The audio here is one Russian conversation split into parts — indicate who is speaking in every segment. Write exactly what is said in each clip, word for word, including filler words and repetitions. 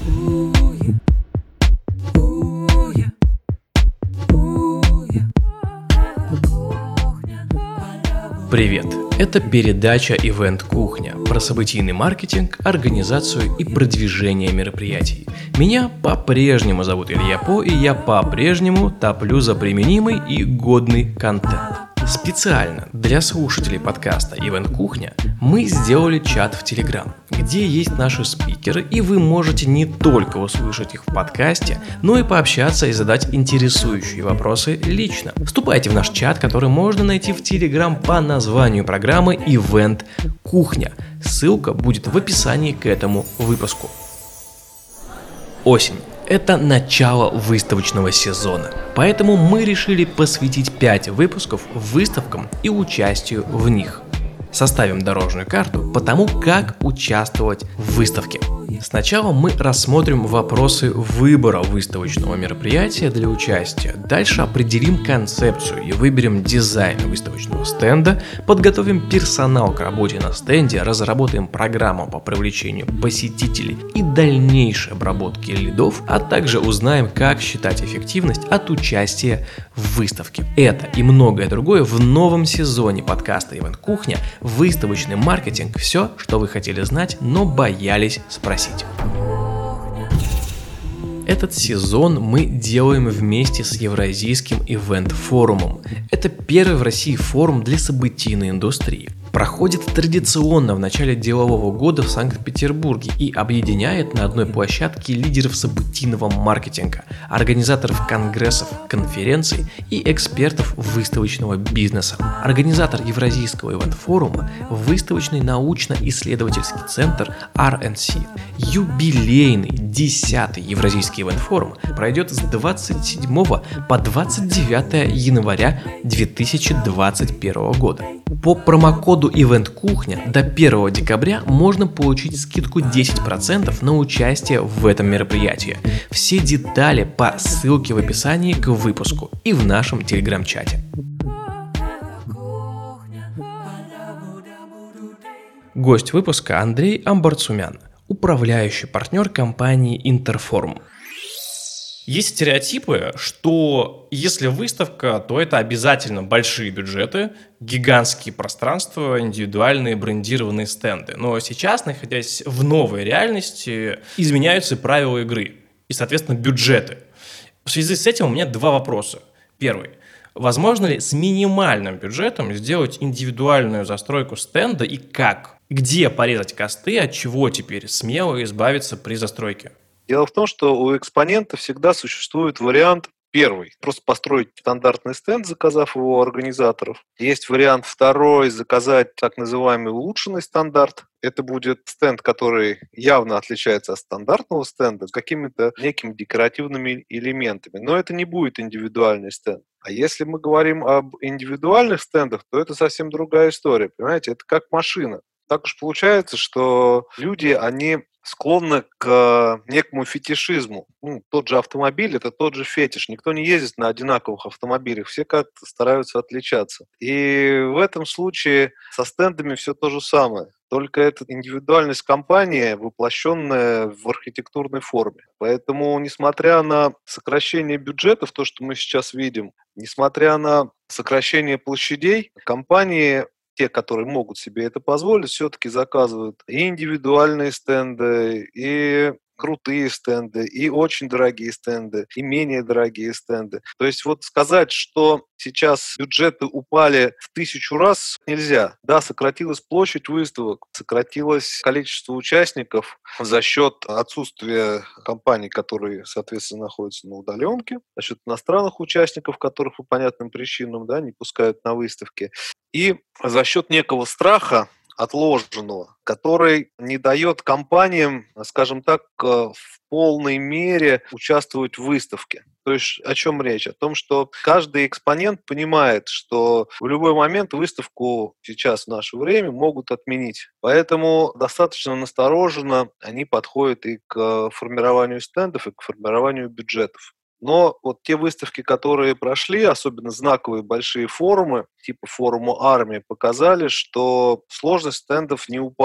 Speaker 1: Привет! Это передача «Ивент Кухня» про событийный маркетинг, организацию и продвижение мероприятий. Меня по-прежнему зовут Илья По, и я по-прежнему топлю за применимый и годный контент. Специально для слушателей подкаста «Ивент Кухня» мы сделали чат в Telegram, где есть наши спикеры, и вы можете не только услышать их в подкасте, но и пообщаться и задать интересующие вопросы лично. Вступайте в наш чат, который можно найти в Telegram по названию программы «Ивент Кухня». Ссылка будет в описании к этому выпуску. Осень. Это начало выставочного сезона, поэтому мы решили посвятить пять выпусков выставкам и участию в них. Составим дорожную карту по тому, как участвовать в выставке. Сначала мы рассмотрим вопросы выбора выставочного мероприятия для участия. Дальше определим концепцию и выберем дизайн выставочного стенда, подготовим персонал к работе на стенде, разработаем программу по привлечению посетителей и дальнейшей обработке лидов, а также узнаем, как считать эффективность от участия в выставке. Это и многое другое в новом сезоне подкаста «Ивент Кухня». Выставочный маркетинг – все, что вы хотели знать, но боялись спросить. Этот сезон мы делаем вместе с Евразийским ивент-форумом. Это первый в России форум для событийной индустрии. Проходит традиционно в начале делового года в Санкт-Петербурге и объединяет на одной площадке лидеров событийного маркетинга, организаторов конгрессов, конференций и экспертов выставочного бизнеса. Организатор Евразийского ивент-форума – выставочный научно-исследовательский центр ар эн си. Юбилейный десятый Евразийский ивент-форум пройдет с двадцать седьмого по двадцать девятое января две тысячи двадцать первого года. По промокоду «Ивент Кухня» до первого декабря можно получить скидку десять процентов на участие в этом мероприятии. Все детали по ссылке в описании к выпуску и в нашем телеграм-чате. Гость выпуска Андрей Амбарцумян, управляющий партнер компании «Интерформ». Есть стереотипы, что если выставка, то это обязательно большие бюджеты, гигантские пространства, индивидуальные брендированные стенды. Но сейчас, находясь в новой реальности, изменяются правила игры и, соответственно, бюджеты. В связи с этим у меня два вопроса. Первый. Возможно ли с минимальным бюджетом сделать индивидуальную застройку стенда и как? Где порезать косты, от чего теперь смело избавиться при застройке?
Speaker 2: Дело в том, что у экспонента всегда существует вариант первый. Просто построить стандартный стенд, заказав его у организаторов. Есть вариант второй, заказать так называемый улучшенный стандарт. Это будет стенд, который явно отличается от стандартного стенда с какими-то некими декоративными элементами. Но это не будет индивидуальный стенд. А если мы говорим об индивидуальных стендах, то это совсем другая история. Понимаете, это как машина. Так уж получается, что люди, они склонны к некому фетишизму. Ну, тот же автомобиль – это тот же фетиш. Никто не ездит на одинаковых автомобилях, все как-то стараются отличаться. И в этом случае со стендами все то же самое. Только это индивидуальность компании, воплощенная в архитектурной форме. Поэтому, несмотря на сокращение бюджетов, то, что мы сейчас видим, несмотря на сокращение площадей, компании, те, которые могут себе это позволить, все-таки заказывают и индивидуальные стенды, и крутые стенды, и очень дорогие стенды, и менее дорогие стенды. То есть вот сказать, что сейчас бюджеты упали в тысячу раз, нельзя. Да, сократилась площадь выставок, сократилось количество участников за счет отсутствия компаний, которые, соответственно, находятся на удаленке, за счет иностранных участников, которых по понятным причинам, да, не пускают на выставки, и за счет некого страха отложенного, который не дает компаниям, скажем так, в полной мере участвовать в выставке. То есть о чем речь? О том, что каждый экспонент понимает, что в любой момент выставку сейчас в наше время могут отменить. Поэтому достаточно настороженно они подходят и к формированию стендов, и к формированию бюджетов. Но вот те выставки, которые прошли, особенно знаковые большие форумы, типа форума «Армия», показали, что сложность стендов не упала.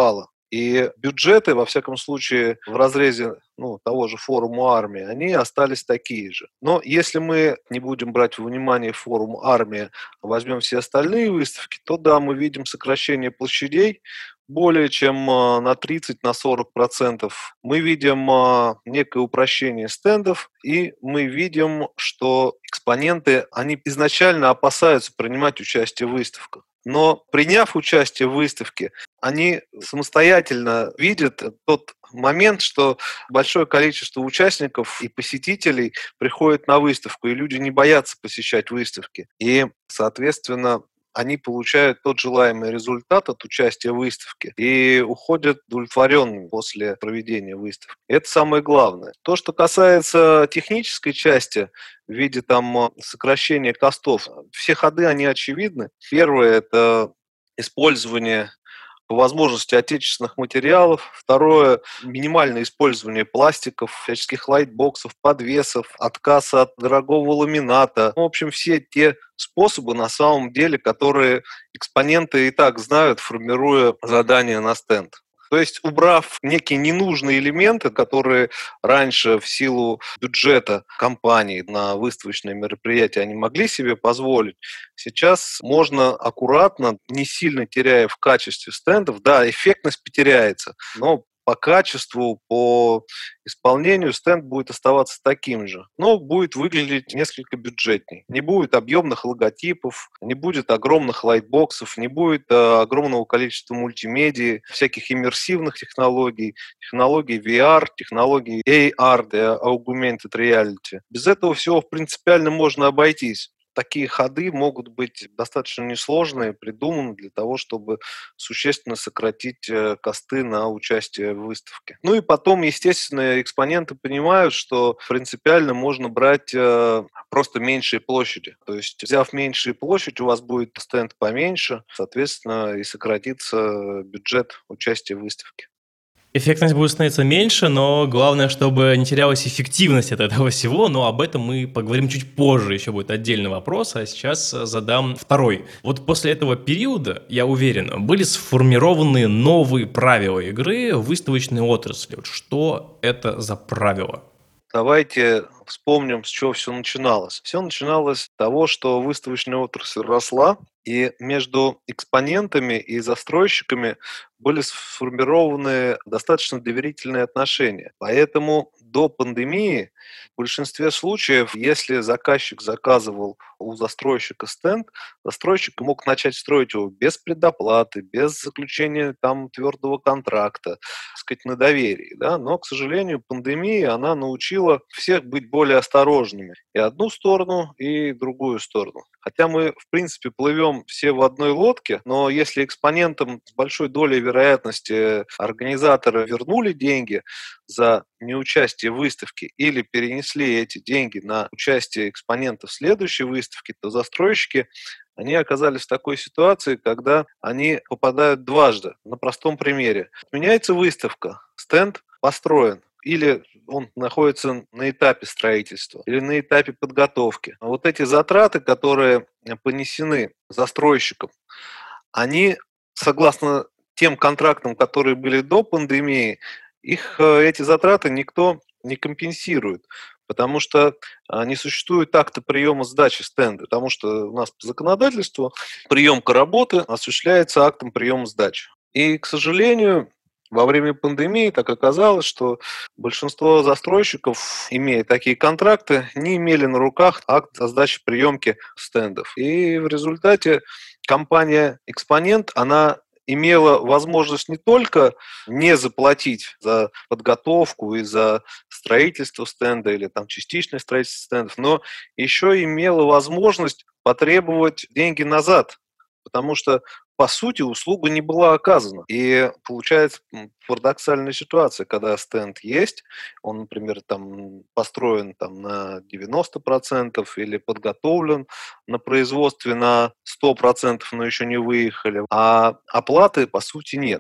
Speaker 2: И бюджеты, во всяком случае, в разрезе ну, того же форума армии, они остались такие же. Но если мы не будем брать во внимание форум армии, а возьмем все остальные выставки, то да, мы видим сокращение площадей более чем а, на тридцать сорок процентов. Мы видим а, некое упрощение стендов, и мы видим, что экспоненты, они изначально опасаются принимать участие в выставках. Но приняв участие в выставке, они самостоятельно видят тот момент, что большое количество участников и посетителей приходят на выставку, и люди не боятся посещать выставки. И, соответственно, они получают тот желаемый результат от участия в выставке и уходят удовлетворенными после проведения выставки. Это самое главное. То, что касается технической части, в виде там сокращения костов, все ходы, они очевидны. Первое – это использование по возможности отечественных материалов. Второе – минимальное использование пластиков, всяческих лайтбоксов, подвесов, отказ от дорогого ламината. В общем, все те способы, на самом деле, которые экспоненты и так знают, формируя задание на стенд. То есть, убрав некие ненужные элементы, которые раньше в силу бюджета компаний на выставочные мероприятия они могли себе позволить, сейчас можно аккуратно, не сильно теряя в качестве стендов, да, эффектность потеряется, но по качеству, по исполнению стенд будет оставаться таким же, но будет выглядеть несколько бюджетней. Не будет объемных логотипов, не будет огромных лайтбоксов, не будет э, огромного количества мультимедии, всяких иммерсивных технологий, технологий ви ар, технологий эй ар, Augmented Reality. Без этого всего принципиально можно обойтись. Такие ходы могут быть достаточно несложные, придуманы для того, чтобы существенно сократить косты на участие в выставке. Ну и потом, естественно, экспоненты понимают, что принципиально можно брать просто меньшие площади. То есть, взяв меньшую площадь, у вас будет стенд поменьше, соответственно, и сократится бюджет участия в выставке.
Speaker 1: Эффектность будет становиться меньше, но главное, чтобы не терялась эффективность от этого всего, но об этом мы поговорим чуть позже, еще будет отдельный вопрос, а сейчас задам второй. Вот после этого периода, я уверен, были сформированы новые правила игры в выставочной отрасли. Вот что это за правила?
Speaker 2: Давайте вспомним, с чего все начиналось. Все начиналось с того, что выставочная отрасль росла, и между экспонентами и застройщиками были сформированы достаточно доверительные отношения. Поэтому до пандемии в большинстве случаев, если заказчик заказывал у застройщика стенд, застройщик мог начать строить его без предоплаты, без заключения там твердого контракта, так сказать, на доверии. Да? Но, к сожалению, пандемия, она научила всех быть более осторожными. И одну сторону, и другую сторону. Хотя мы, в принципе, плывем все в одной лодке, но если экспонентам с большой долей вероятности организаторы вернули деньги за неучастие в выставке или перенесли эти деньги на участие экспонентов в следующей выставке, то застройщики они оказались в такой ситуации, когда они попадают дважды. На простом примере. Отменяется выставка, стенд построен, или он находится на этапе строительства, или на этапе подготовки. А вот эти затраты, которые понесены застройщиком, они, согласно тем контрактам, которые были до пандемии, их эти затраты никто не компенсирует, потому что не существует акта приема сдачи стенда, потому что у нас по законодательству приемка работы осуществляется актом приема сдачи. И, к сожалению, во время пандемии так оказалось, что большинство застройщиков, имея такие контракты, не имели на руках акт о сдаче приемки стендов. И в результате компания «Экспонент», она имела возможность не только не заплатить за подготовку и за строительство стенда или там частичное строительство стендов, но еще имела возможность потребовать деньги назад, потому что, по сути, услуга не была оказана. И получается парадоксальная ситуация, когда стенд есть, он, например, там построен там, на девяносто процентов или подготовлен на производстве на сто процентов, но еще не выехали, а оплаты, по сути, нет.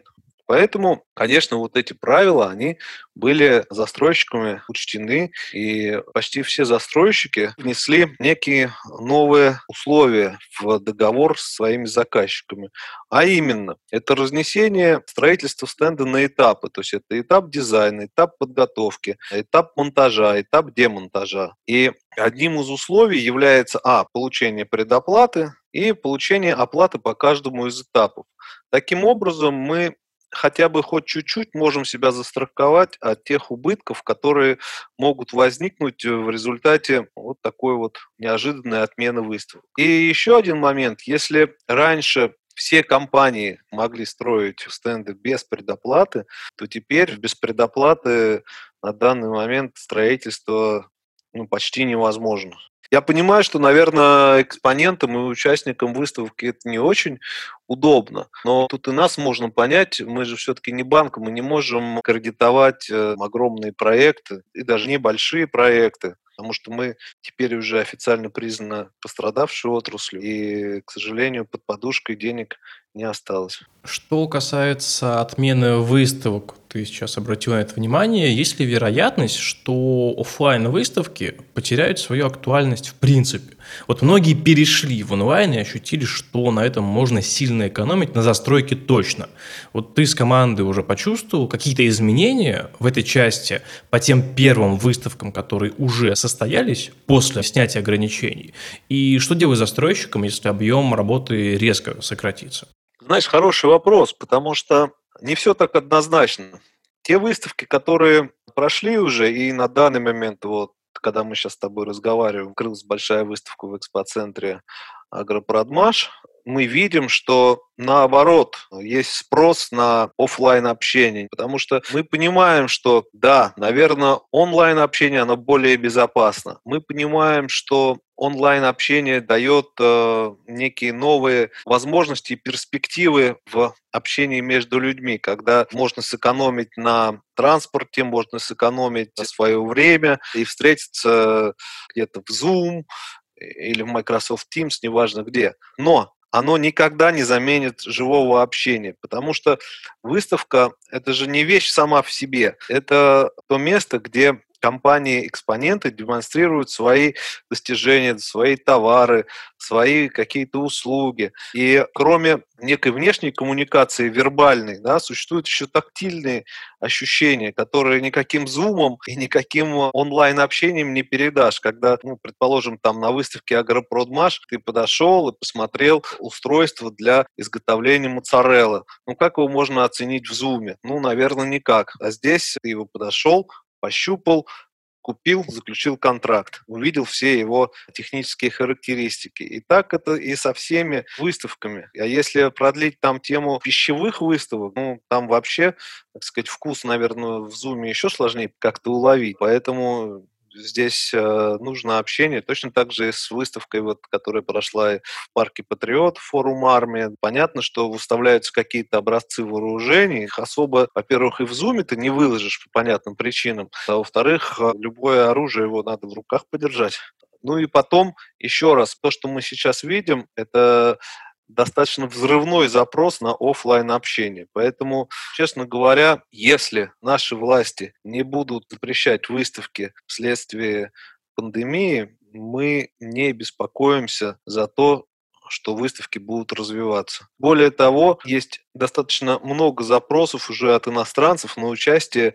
Speaker 2: Поэтому, конечно, вот эти правила, они были застройщиками учтены, и почти все застройщики внесли некие новые условия в договор с своими заказчиками. А именно, это разнесение строительства стенда на этапы. То есть это этап дизайна, этап подготовки, этап монтажа, этап демонтажа. И одним из условий является а. получение предоплаты и получение оплаты по каждому из этапов. Таким образом, мы хотя бы хоть чуть-чуть можем себя застраховать от тех убытков, которые могут возникнуть в результате вот такой вот неожиданной отмены выставок. И еще один момент. Если раньше все компании могли строить стенды без предоплаты, то теперь без предоплаты на данный момент строительство ну, почти невозможно. Я понимаю, что, наверное, экспонентам и участникам выставки это не очень удобно, но тут и нас можно понять, мы же все-таки не банк, мы не можем кредитовать огромные проекты и даже небольшие проекты, потому что мы теперь уже официально признаны пострадавшей отраслью, и, к сожалению, под подушкой денег не осталось.
Speaker 1: Что касается отмены выставок, ты сейчас обратил на это внимание, есть ли вероятность, что офлайн-выставки потеряют свою актуальность в принципе? Вот многие перешли в онлайн и ощутили, что на этом можно сильно экономить, на застройке точно. Вот ты с командой уже почувствовал какие-то изменения в этой части по тем первым выставкам, которые уже состоялись после снятия ограничений? И что делать застройщикам, если объем работы резко сократится?
Speaker 2: Знаешь, хороший вопрос, потому что не все так однозначно. Те выставки, которые прошли уже, и на данный момент, вот, когда мы сейчас с тобой разговариваем, открылась большая выставка в экспоцентре «Агропродмаш», мы видим, что наоборот, есть спрос на офлайн общение, потому что мы понимаем, что да, наверное, онлайн общение, оно более безопасно. Мы понимаем, что онлайн общение дает э, некие новые возможности и перспективы в общении между людьми, когда можно сэкономить на транспорте, можно сэкономить свое время и встретиться где-то в Zoom или в Microsoft Teams, неважно где. Но оно никогда не заменит живого общения, потому что выставка – это же не вещь сама в себе, это то место, где компании-экспоненты демонстрируют свои достижения, свои товары, свои какие-то услуги. И кроме некой внешней коммуникации, вербальной, да, существуют еще тактильные ощущения, которые никаким зумом и никаким онлайн-общением не передашь. Когда, ну, предположим, там на выставке «Агропродмаш» ты подошел и посмотрел устройство для изготовления моцареллы. Ну, как его можно оценить в зуме? Ну, наверное, никак. А здесь ты его подошел, пощупал, купил, заключил контракт, увидел все его технические характеристики. И так это и со всеми выставками. А если продлить там тему пищевых выставок, ну, там вообще, так сказать, вкус, наверное, в зуме еще сложнее как-то уловить. Поэтому здесь э, нужно общение. Точно так же и с выставкой, вот, которая прошла в парке Патриот, форум армия. Понятно, что выставляются какие-то образцы вооружений. Их особо, во-первых, и в зуме ты не выложишь по понятным причинам. А во-вторых, любое оружие его надо в руках подержать. Ну и потом, еще раз, то, что мы сейчас видим, это достаточно взрывной запрос на офлайн общение. Поэтому, честно говоря, если наши власти не будут запрещать выставки вследствие пандемии, мы не беспокоимся за то, что выставки будут развиваться. Более того, есть достаточно много запросов уже от иностранцев на участие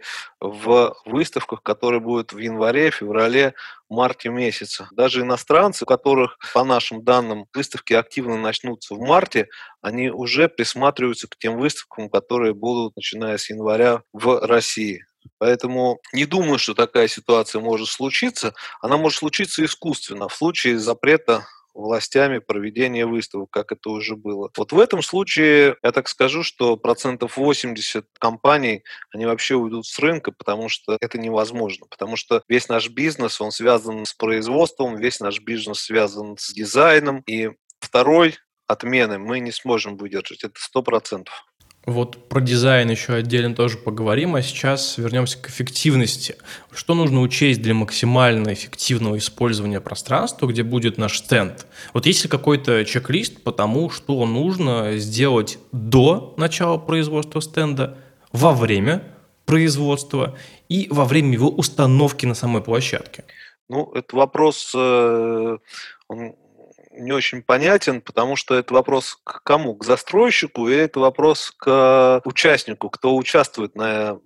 Speaker 2: в выставках, которые будут в январе, феврале, марте месяце. Даже иностранцы, у которых, по нашим данным, выставки активно начнутся в марте, они уже присматриваются к тем выставкам, которые будут, начиная с января, в России. Поэтому не думаю, что такая ситуация может случиться. Она может случиться искусственно, в случае запрета властями проведения выставок, как это уже было. Вот в этом случае я так скажу, что процентов восемьдесят компаний, они вообще уйдут с рынка, потому что это невозможно. Потому что весь наш бизнес, он связан с производством, весь наш бизнес связан с дизайном. И второй отмены мы не сможем выдержать, это сто процентов.
Speaker 1: Вот про дизайн еще отдельно тоже поговорим, а сейчас вернемся к эффективности. Что нужно учесть для максимально эффективного использования пространства, где будет наш стенд? Вот есть ли какой-то чек-лист по тому, что нужно сделать до начала производства стенда, во время производства и во время его установки на самой площадке?
Speaker 2: Ну, этот вопрос, э, он не очень понятен, потому что это вопрос к кому? К застройщику или это вопрос к участнику, кто участвует на...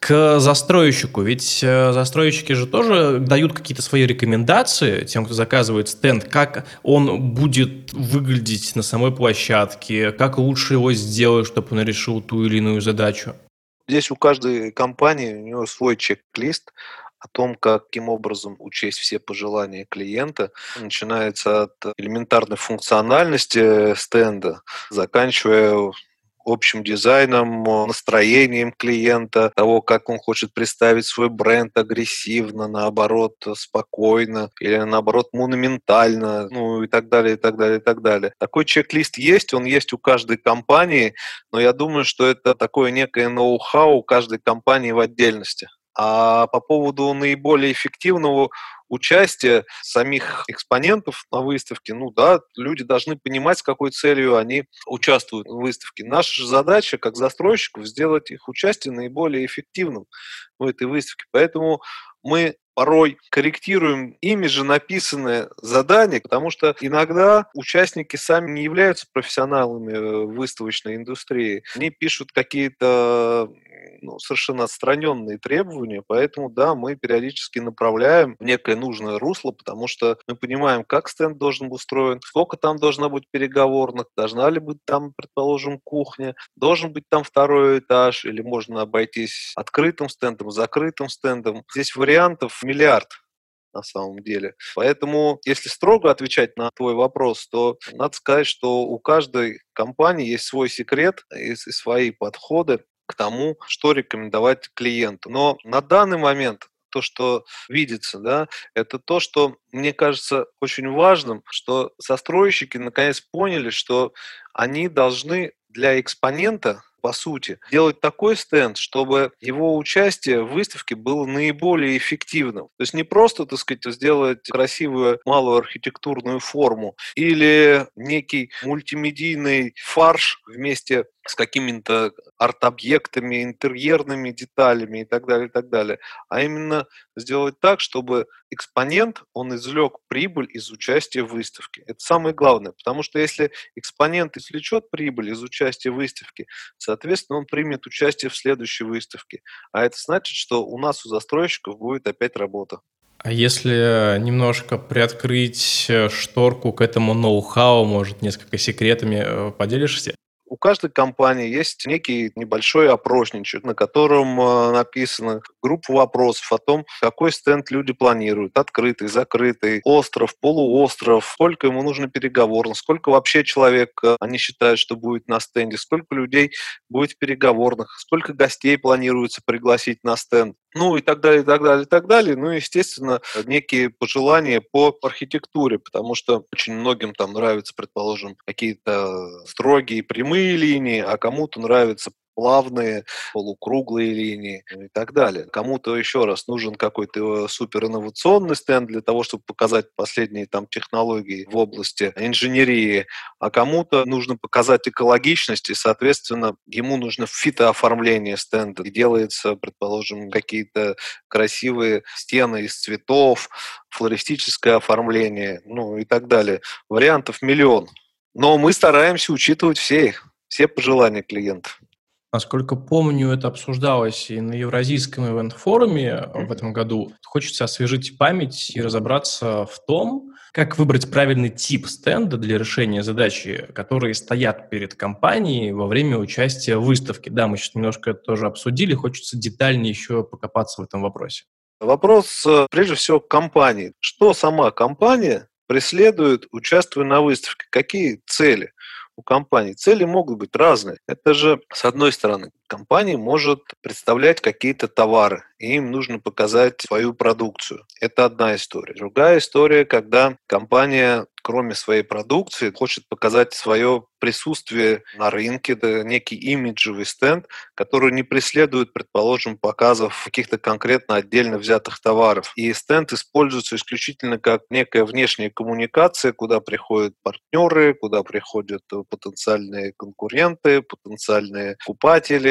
Speaker 1: К застройщику, ведь э, застройщики же тоже дают какие-то свои рекомендации тем, кто заказывает стенд, как он будет выглядеть на самой площадке, как лучше его сделать, чтобы он решил ту или иную задачу.
Speaker 2: Здесь у каждой компании у него свой чек-лист о том, каким образом учесть все пожелания клиента. Начинается от элементарной функциональности стенда, заканчивая общим дизайном, настроением клиента, того, как он хочет представить свой бренд агрессивно, наоборот, спокойно или наоборот монументально, ну и так далее, и так далее, и так далее. Такой чек-лист есть, он есть у каждой компании, но я думаю, что это такое некое ноу-хау каждой компании в отдельности. А по поводу наиболее эффективного участия самих экспонентов на выставке, ну да, люди должны понимать, с какой целью они участвуют в выставке. Наша же задача, как застройщиков, сделать их участие наиболее эффективным в этой выставке. Поэтому мы порой корректируем ими же написанное задание, потому что иногда участники сами не являются профессионалами э, выставочной индустрии. Они пишут какие-то ну, совершенно отстраненные требования, поэтому, да, мы периодически направляем в некое нужное русло, потому что мы понимаем, как стенд должен быть устроен, сколько там должно быть переговорных, должна ли быть там, предположим, кухня, должен быть там второй этаж, или можно обойтись открытым стендом, закрытым стендом. Здесь вариантов миллиард на самом деле. Поэтому, если строго отвечать на твой вопрос, то надо сказать, что у каждой компании есть свой секрет и свои подходы к тому, что рекомендовать клиенту. Но на данный момент то, что видится, да, это то, что мне кажется очень важным, что застройщики наконец поняли, что они должны для экспонента по сути, делать такой стенд, чтобы его участие в выставке было наиболее эффективным. То есть не просто, так сказать, сделать красивую малую архитектурную форму или некий мультимедийный фарш вместе с какими-то арт-объектами, интерьерными деталями и так далее, и так далее, а именно сделать так, чтобы экспонент, он извлек прибыль из участия в выставке. Это самое главное, потому что если экспонент извлечет прибыль из участия в выставке, соответственно, он примет участие в следующей выставке. А это значит, что у нас, у застройщиков, будет опять работа.
Speaker 1: А если немножко приоткрыть э, шторку к этому ноу-хау, может, несколько секретами э, поделишься?
Speaker 2: У каждой компании есть некий небольшой опросничек, на котором э, написана группа вопросов о том, какой стенд люди планируют, открытый, закрытый, остров, полуостров, сколько ему нужно переговорных, сколько вообще человек э, они считают, что будет на стенде, сколько людей будет в переговорных, сколько гостей планируется пригласить на стенд. Ну и так далее, и так далее, и так далее. Ну, естественно, некие пожелания по архитектуре, потому что очень многим там нравятся, предположим, какие-то строгие прямые линии, а кому-то нравятся плавные, полукруглые линии ну и так далее. Кому-то, еще раз, нужен какой-то супер инновационный стенд для того, чтобы показать последние там технологии в области инженерии, а кому-то нужно показать экологичность, и, соответственно, ему нужно фитооформление стенда. И делается, предположим, какие-то красивые стены из цветов, флористическое оформление, ну и так далее. Вариантов миллион. Но мы стараемся учитывать все их, все пожелания клиентов.
Speaker 1: Насколько помню, это обсуждалось и на Евразийском ивент-форуме в
Speaker 2: Мгм.
Speaker 1: этом году. Хочется освежить память и разобраться в том, как выбрать правильный тип стенда для решения задачи, которые стоят перед компанией во время участия в выставке. Да, мы сейчас немножко это тоже обсудили, хочется детальнее еще покопаться в этом вопросе.
Speaker 2: Вопрос, э, прежде всего, к компании. Что сама компания преследует, участвуя на выставке? Какие цели у компании? Цели могут быть разные. Это же, с одной стороны, компания может представлять какие-то товары, и им нужно показать свою продукцию. Это одна история. Другая история, когда компания, кроме своей продукции, хочет показать свое присутствие на рынке, да, некий имиджевый стенд, который не преследует, предположим, показов каких-то конкретно отдельно взятых товаров. И стенд используется исключительно как некая внешняя коммуникация, куда приходят партнеры, куда приходят потенциальные конкуренты, потенциальные покупатели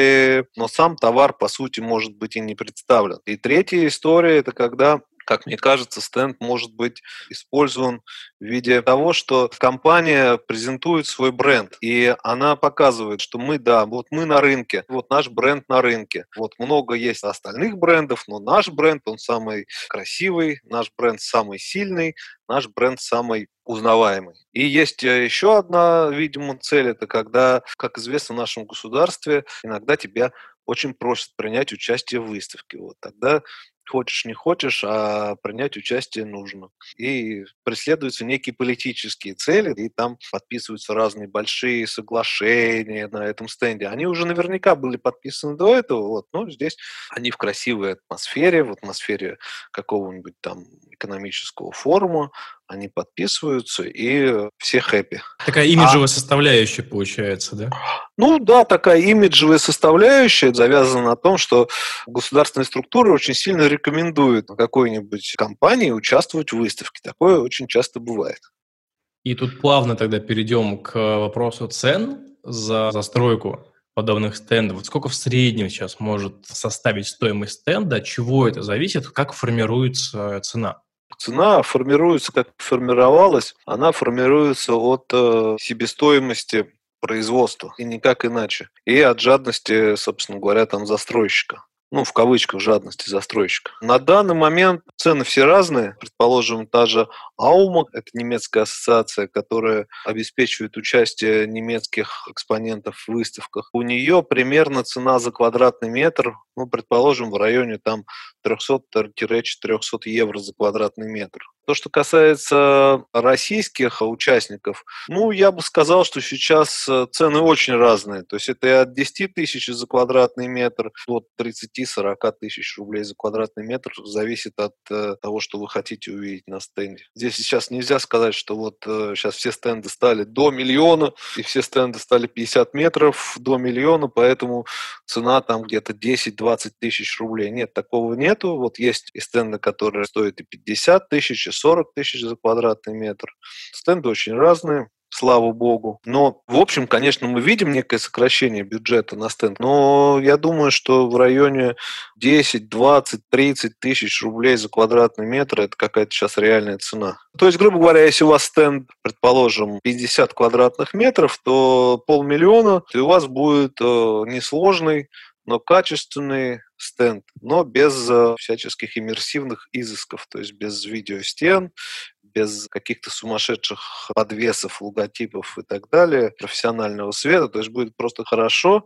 Speaker 2: представили, но сам товар, по сути, может быть и не представлен. И третья история – это когда, как мне кажется, стенд может быть использован в виде того, что компания презентует свой бренд, и она показывает, что мы, да, вот мы на рынке, вот наш бренд на рынке. Вот много есть остальных брендов, но наш бренд, он самый красивый, наш бренд самый сильный, наш бренд самый узнаваемый. И есть еще одна, видимо, цель, это когда, как известно в нашем государстве, иногда тебя очень просят принять участие в выставке. Вот тогда хочешь не хочешь, а принять участие нужно. И преследуются некие политические цели, и там подписываются разные большие соглашения на этом стенде. Они уже наверняка были подписаны до этого, вот, но здесь они в красивой атмосфере, в атмосфере какого-нибудь там экономического форума, они подписываются, и все хэппи.
Speaker 1: Такая имиджевая а... составляющая получается, да?
Speaker 2: Ну да, такая имиджевая составляющая завязана на том, что государственные структуры очень сильно рекомендуют какой-нибудь компании участвовать в выставке. Такое очень часто бывает.
Speaker 1: И тут плавно тогда перейдем к вопросу цен за застройку подобных стендов. Вот сколько в среднем сейчас может составить стоимость стенда, от чего это зависит, как формируется цена?
Speaker 2: Цена формируется, как формировалась, она формируется от э, себестоимости производства, и никак иначе. И от жадности, собственно говоря, там застройщика. Ну, в кавычках, жадности застройщика. На данный момент цены все разные. Предположим, та же Аума, это немецкая ассоциация, которая обеспечивает участие немецких экспонентов в выставках. У нее примерно цена за квадратный метр, ну, предположим, в районе там триста-четыреста евро за квадратный метр. То, что касается российских участников, ну, я бы сказал, что сейчас цены очень разные. То есть это и от десяти тысяч за квадратный метр до тридцати-сорока тысяч рублей за квадратный метр. Зависит от э, того, что вы хотите увидеть на стенде. Здесь сейчас нельзя сказать, что вот э, сейчас все стенды стали до миллиона, и все стенды стали пятьдесят метров до миллиона, поэтому цена там где-то десять-двадцать тысяч рублей. Нет, такого нету. Вот есть и стенды, которые стоят и пятьдесят тысяч, и сорок тысяч за квадратный метр. Стенды очень разные, слава богу. Но, в общем, конечно, мы видим некое сокращение бюджета на стенд, но я думаю, что в районе десять, двадцать, тридцать тысяч рублей за квадратный метр – это какая-то сейчас реальная цена. То есть, грубо говоря, если у вас стенд, предположим, пятьдесят квадратных метров, то полмиллиона, и у вас будет э, несложный, но качественный стенд, но без э, всяческих иммерсивных изысков, то есть без видеостен, без каких-то сумасшедших подвесов, логотипов и так далее, профессионального света, то есть будет просто хорошо,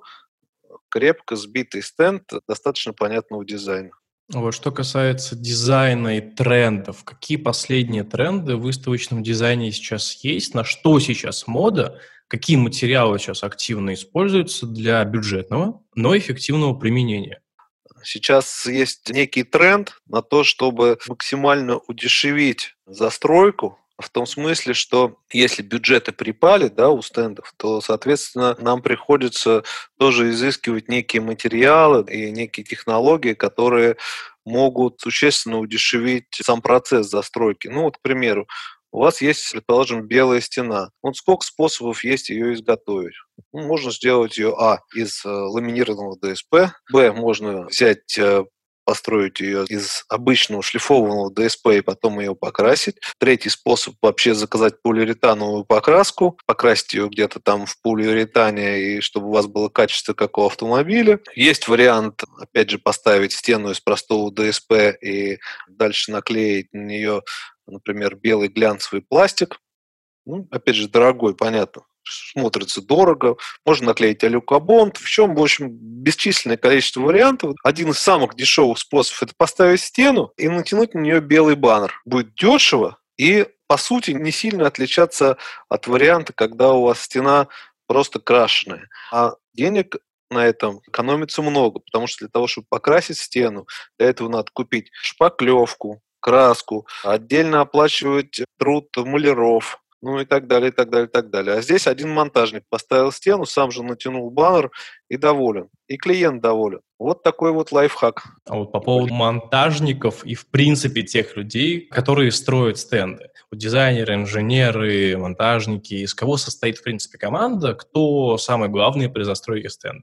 Speaker 2: крепко сбитый стенд достаточно понятного дизайна.
Speaker 1: Вот что касается дизайна и трендов, какие последние тренды в выставочном дизайне сейчас есть, на что сейчас мода, какие материалы сейчас активно используются для бюджетного, но эффективного применения?
Speaker 2: Сейчас есть некий тренд на то, чтобы максимально удешевить застройку, в том смысле, что если бюджеты припали, да, у стендов, то, соответственно, нам приходится тоже изыскивать некие материалы и некие технологии, которые могут существенно удешевить сам процесс застройки. Ну вот, к примеру, у вас есть, предположим, белая стена. Вот сколько способов есть ее изготовить? Ну, можно сделать ее, а, из э, ламинированного ДСП, б, можно взять, э, построить ее из обычного шлифованного ДСП и потом ее покрасить. Третий способ вообще заказать полиуретановую покраску, покрасить ее где-то там в полиуретане, и чтобы у вас было качество, как у автомобиля. Есть вариант, опять же, поставить стену из простого ДСП и дальше наклеить на нее, например, белый глянцевый пластик. Ну, опять же, дорогой, понятно. Смотрится дорого, можно наклеить алюкобонд, в чем, в общем, бесчисленное количество вариантов. Один из самых дешевых способов – это поставить стену и натянуть на нее белый баннер. Будет дешево и, по сути, не сильно отличаться от варианта, когда у вас стена просто крашеная. А денег на этом экономится много, потому что для того, чтобы покрасить стену, для этого надо купить шпаклевку, краску, отдельно оплачивать труд маляров, ну и так далее, и так далее, и так далее. А здесь один монтажник поставил стену, сам же натянул баннер и доволен. И клиент доволен. Вот такой вот лайфхак.
Speaker 1: А вот по поводу монтажников и, в принципе, тех людей, которые строят стенды. Вот дизайнеры, инженеры, монтажники. Из кого состоит, в принципе, команда? Кто самый главный при застройке стенда?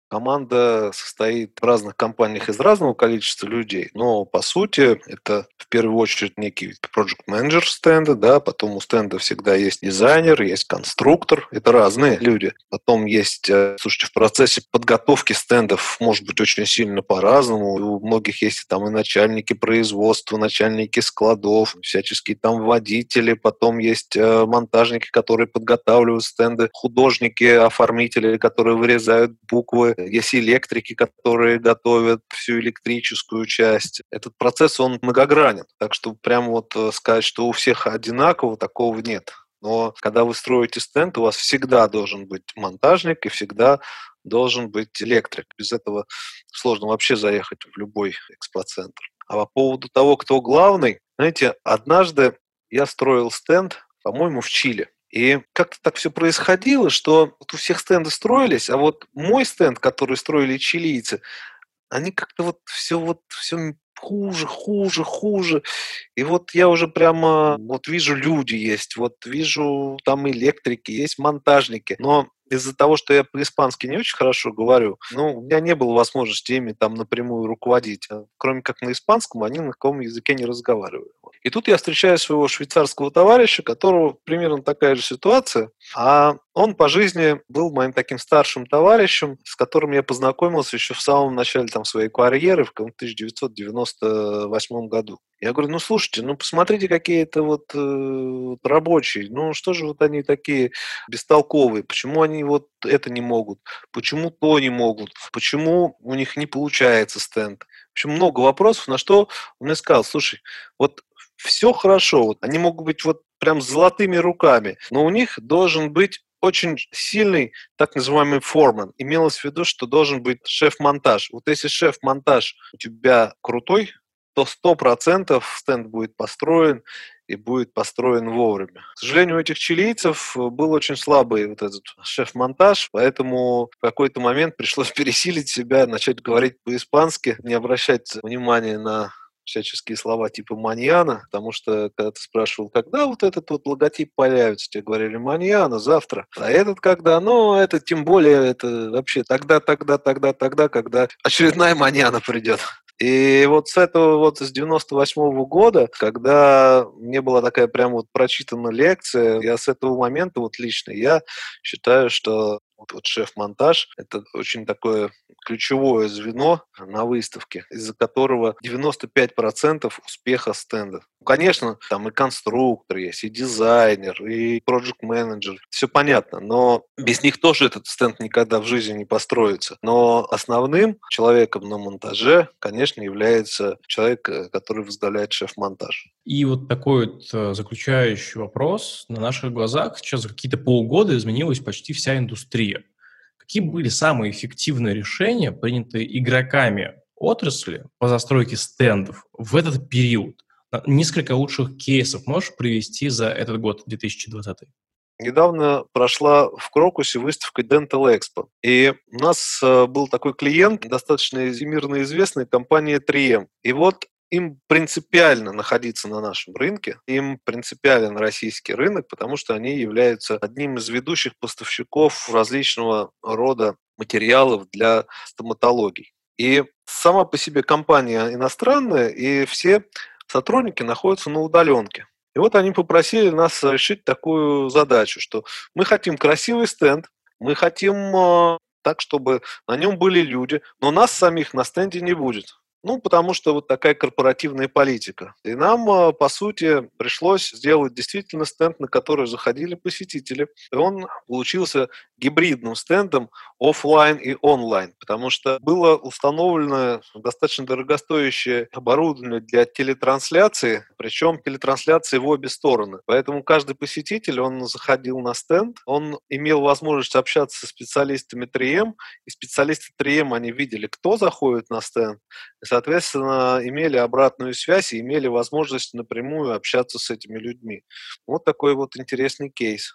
Speaker 2: Команда состоит в разных компаниях из разного количества людей, но по сути это в первую очередь некий project менеджер стенда, да, потом у стенда всегда есть дизайнер, есть конструктор, это разные люди. Потом есть, слушайте, в процессе подготовки стендов может быть очень сильно по-разному. У многих есть там и начальники производства, начальники складов, всяческие там водители, потом есть монтажники, которые подготавливают стенды, художники, оформители, которые вырезают буквы, есть электрики, которые готовят всю электрическую часть. Этот процесс, он многогранен. Так что прямо вот сказать, что у всех одинаково, такого нет. Но когда вы строите стенд, у вас всегда должен быть монтажник и всегда должен быть электрик. Без этого сложно вообще заехать в любой экспоцентр. А по поводу того, кто главный, знаете, однажды я строил стенд, по-моему, в Чили. И как-то так все происходило, что вот у всех стенды строились, а вот мой стенд, который строили чилийцы, они как-то вот все вот все хуже, хуже, хуже. И вот я уже прямо вот вижу, люди есть, вот вижу там электрики, есть монтажники, но из-за того, что я по-испански не очень хорошо говорю, ну, у меня не было возможности ими там напрямую руководить. Кроме как на испанском, они на каком языке не разговаривают. И тут я встречаю своего швейцарского товарища, которого примерно такая же ситуация, а он по жизни был моим таким старшим товарищем, с которым я познакомился еще в самом начале там, своей карьеры, в тысяча девятьсот девяносто восьмом году. Я говорю, ну слушайте, ну посмотрите, какие это вот, э, вот рабочие, ну что же вот они такие бестолковые, почему они вот это не могут, почему то не могут, почему у них не получается стенд. В общем, много вопросов, на что он мне сказал, слушай, вот все хорошо, вот они могут быть вот прям золотыми руками, но у них должен быть очень сильный так называемый форман. Имелось в виду, что должен быть шеф-монтаж. Вот если шеф-монтаж у тебя крутой, то сто процентов стенд будет построен и будет построен вовремя. К сожалению, у этих чилийцев был очень слабый вот этот шеф-монтаж, поэтому в какой-то момент пришлось пересилить себя, начать говорить по-испански, не обращать внимания на всяческие слова типа «маньяна», потому что, когда ты спрашивал, когда вот этот вот логотип появится, тебе говорили «маньяна», завтра. А этот когда? Ну, это тем более, это вообще тогда, тогда, тогда, тогда, когда очередная «маньяна» придет. И вот с этого вот с девяносто восьмого года, когда мне была такая прям вот прочитана лекция, я с этого момента вот лично я считаю, что вот, вот шеф-монтаж – это очень такое ключевое звено на выставке, из-за которого девяносто пять процентов успеха стенда. Конечно, там и конструктор есть, и дизайнер, и проект-менеджер. Все понятно, но без них тоже этот стенд никогда в жизни не построится. Но основным человеком на монтаже, конечно, является человек, который возглавляет шеф-монтаж.
Speaker 1: И вот такой вот заключающий вопрос. На наших глазах сейчас за какие-то полгода изменилась почти вся индустрия. Какие были самые эффективные решения, принятые игроками отрасли по застройке стендов в этот период? Несколько лучших кейсов можешь привести за этот год, две тысячи двадцатый?
Speaker 2: Недавно прошла в Крокусе выставка Dental Expo. И у нас был такой клиент, достаточно всемирно известная компания три эм. И вот им принципиально находиться на нашем рынке, им принципиален российский рынок, потому что они являются одним из ведущих поставщиков различного рода материалов для стоматологии. И сама по себе компания иностранная, и все сотрудники находятся на удаленке. И вот они попросили нас решить такую задачу, что мы хотим красивый стенд, мы хотим э, так, чтобы на нем были люди, но нас самих на стенде не будет. Ну, потому что вот такая корпоративная политика. И нам, по сути, пришлось сделать действительно стенд, на который заходили посетители. И он получился гибридным стендом офлайн и онлайн, потому что было установлено достаточно дорогостоящее оборудование для телетрансляции, причем телетрансляции в обе стороны. Поэтому каждый посетитель, он заходил на стенд, он имел возможность общаться со специалистами три эм, и специалисты три эм, они видели, кто заходит на стенд, соответственно, имели обратную связь и имели возможность напрямую общаться с этими людьми. Вот такой вот интересный кейс.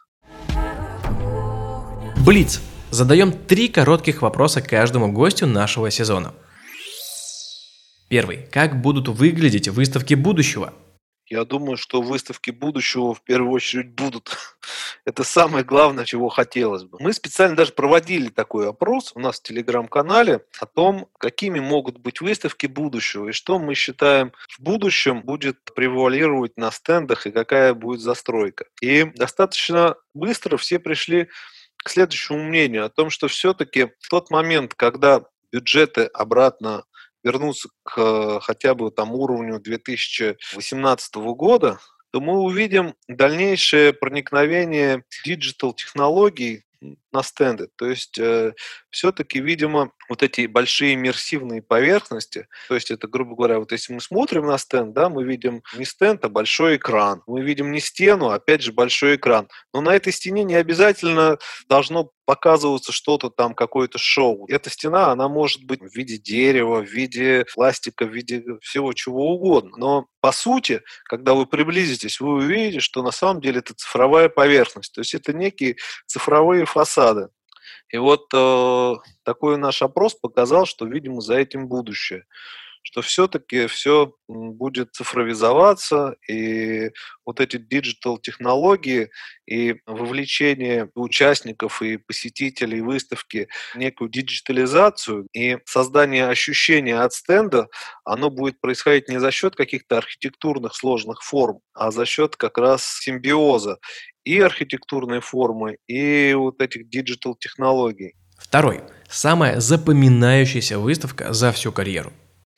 Speaker 1: Блиц. Задаем три коротких вопроса каждому гостю нашего сезона. Первый. Как будут выглядеть выставки будущего?
Speaker 2: Я думаю, что выставки будущего в первую очередь будут. Это самое главное, чего хотелось бы. Мы специально даже проводили такой опрос у нас в телеграм-канале о том, какими могут быть выставки будущего и что мы считаем в будущем будет превалировать на стендах и какая будет застройка. И достаточно быстро все пришли к следующему мнению о том, что все-таки в тот момент, когда бюджеты обратно вернуться к хотя бы там уровню две тысячи восемнадцатого года, то мы увидим дальнейшее проникновение диджитал-технологий на стенды. То есть э, все-таки, видимо, вот эти большие иммерсивные поверхности, то есть это, грубо говоря, вот если мы смотрим на стенд, да, мы видим не стенд, а большой экран. Мы видим не стену, а опять же большой экран. Но на этой стене не обязательно должно показываться что-то там, какое-то шоу. Эта стена, она может быть в виде дерева, в виде пластика, в виде всего чего угодно. Но по сути, когда вы приблизитесь, вы увидите, что на самом деле это цифровая поверхность. То есть это некие цифровые фасады. И вот э, такой наш опрос показал, что, видимо, за этим будущее. Что все-таки все будет цифровизоваться, и вот эти диджитал-технологии и вовлечение участников и посетителей выставки в некую диджитализацию и создание ощущения от стенда, оно будет происходить не за счет каких-то архитектурных сложных форм, а за счет как раз симбиоза и архитектурной формы, и вот этих диджитал-технологий.
Speaker 1: Второй. Самая запоминающаяся выставка за всю карьеру.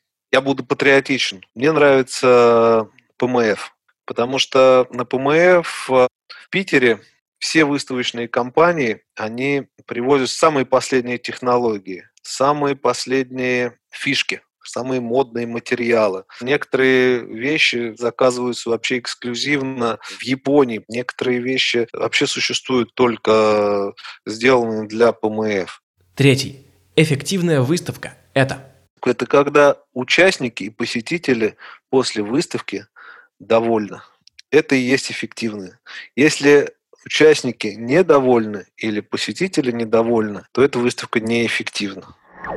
Speaker 2: Я буду патриотичен. Мне нравится ПМФ, потому что на ПМФ в Питере все выставочные компании, они привозят самые последние технологии, самые последние фишки, самые модные материалы. Некоторые вещи заказываются вообще эксклюзивно в Японии, некоторые вещи вообще существуют только сделанные для ПМФ.
Speaker 1: Третий. Эффективная выставка – это...
Speaker 2: Это когда участники и посетители после выставки довольны. Это и есть эффективно. Если участники недовольны или посетители недовольны, то эта выставка неэффективна.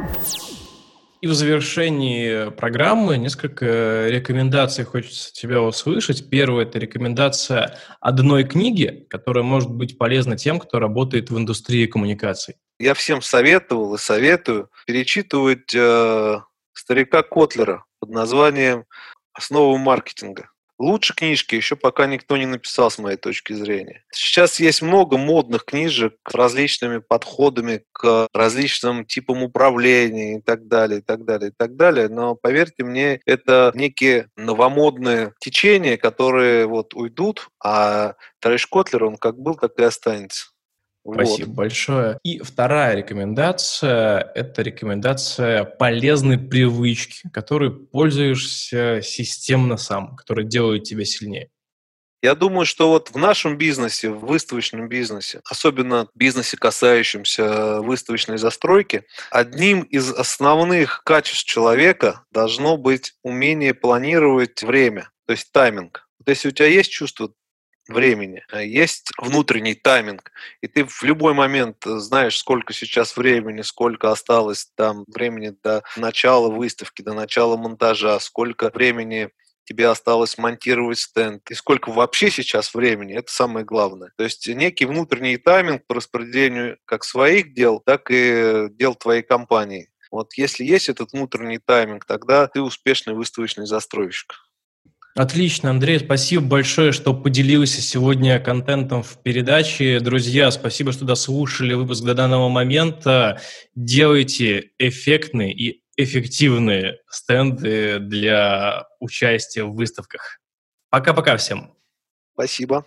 Speaker 1: И в завершении программы несколько рекомендаций хочется от тебя услышать. Первая – это рекомендация одной книги, которая может быть полезна тем, кто работает в индустрии коммуникаций.
Speaker 2: Я всем советовал и советую перечитывать э, старика Котлера под названием «Основы маркетинга». Лучше книжки еще пока никто не написал, с моей точки зрения. Сейчас есть много модных книжек с различными подходами к различным типам управления и так далее, и так далее, и так далее. Но поверьте мне, это некие новомодные течения, которые вот уйдут, а товарищ Котлер, он как был, так и останется.
Speaker 1: Спасибо вот. большое. И вторая рекомендация – это рекомендация полезной привычки, которой пользуешься системно сам, которая делает тебя сильнее.
Speaker 2: Я думаю, что вот в нашем бизнесе, в выставочном бизнесе, особенно в бизнесе, касающемся выставочной застройки, одним из основных качеств человека должно быть умение планировать время, то есть тайминг. Вот если у тебя есть чувство времени, есть внутренний тайминг, и ты в любой момент знаешь, сколько сейчас времени, сколько осталось там времени до начала выставки, до начала монтажа, сколько времени тебе осталось монтировать стенд, и сколько вообще сейчас времени, это самое главное. То есть некий внутренний тайминг по распределению как своих дел, так и дел твоей компании. Вот если есть этот внутренний тайминг, тогда ты успешный выставочный застройщик.
Speaker 1: Отлично, Андрей, спасибо большое, что поделился сегодня контентом в передаче. Друзья, спасибо, что дослушали выпуск до данного момента. Делайте эффектные и эффективные стенды для участия в выставках. Пока-пока всем.
Speaker 2: Спасибо.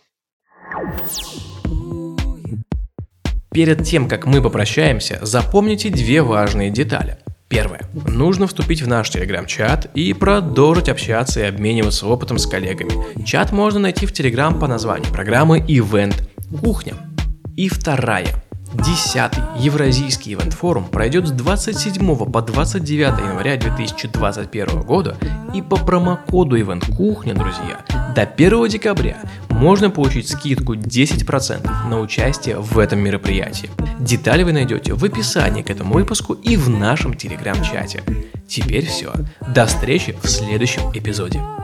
Speaker 1: Перед тем, как мы попрощаемся, запомните две важные детали. Первое. Нужно вступить в наш телеграм-чат и продолжить общаться и обмениваться опытом с коллегами. Чат можно найти в телеграм по названию программы Event Кухня. И вторая. Десятый Евразийский ивент-форум пройдет с двадцать седьмого по двадцать девятое января две тысячи двадцать первого года, и по промокоду Event Кухня, друзья, до первого декабря можно получить скидку десять процентов на участие в этом мероприятии. Детали вы найдете в описании к этому выпуску и в нашем телеграм-чате. Теперь все. До встречи в следующем эпизоде.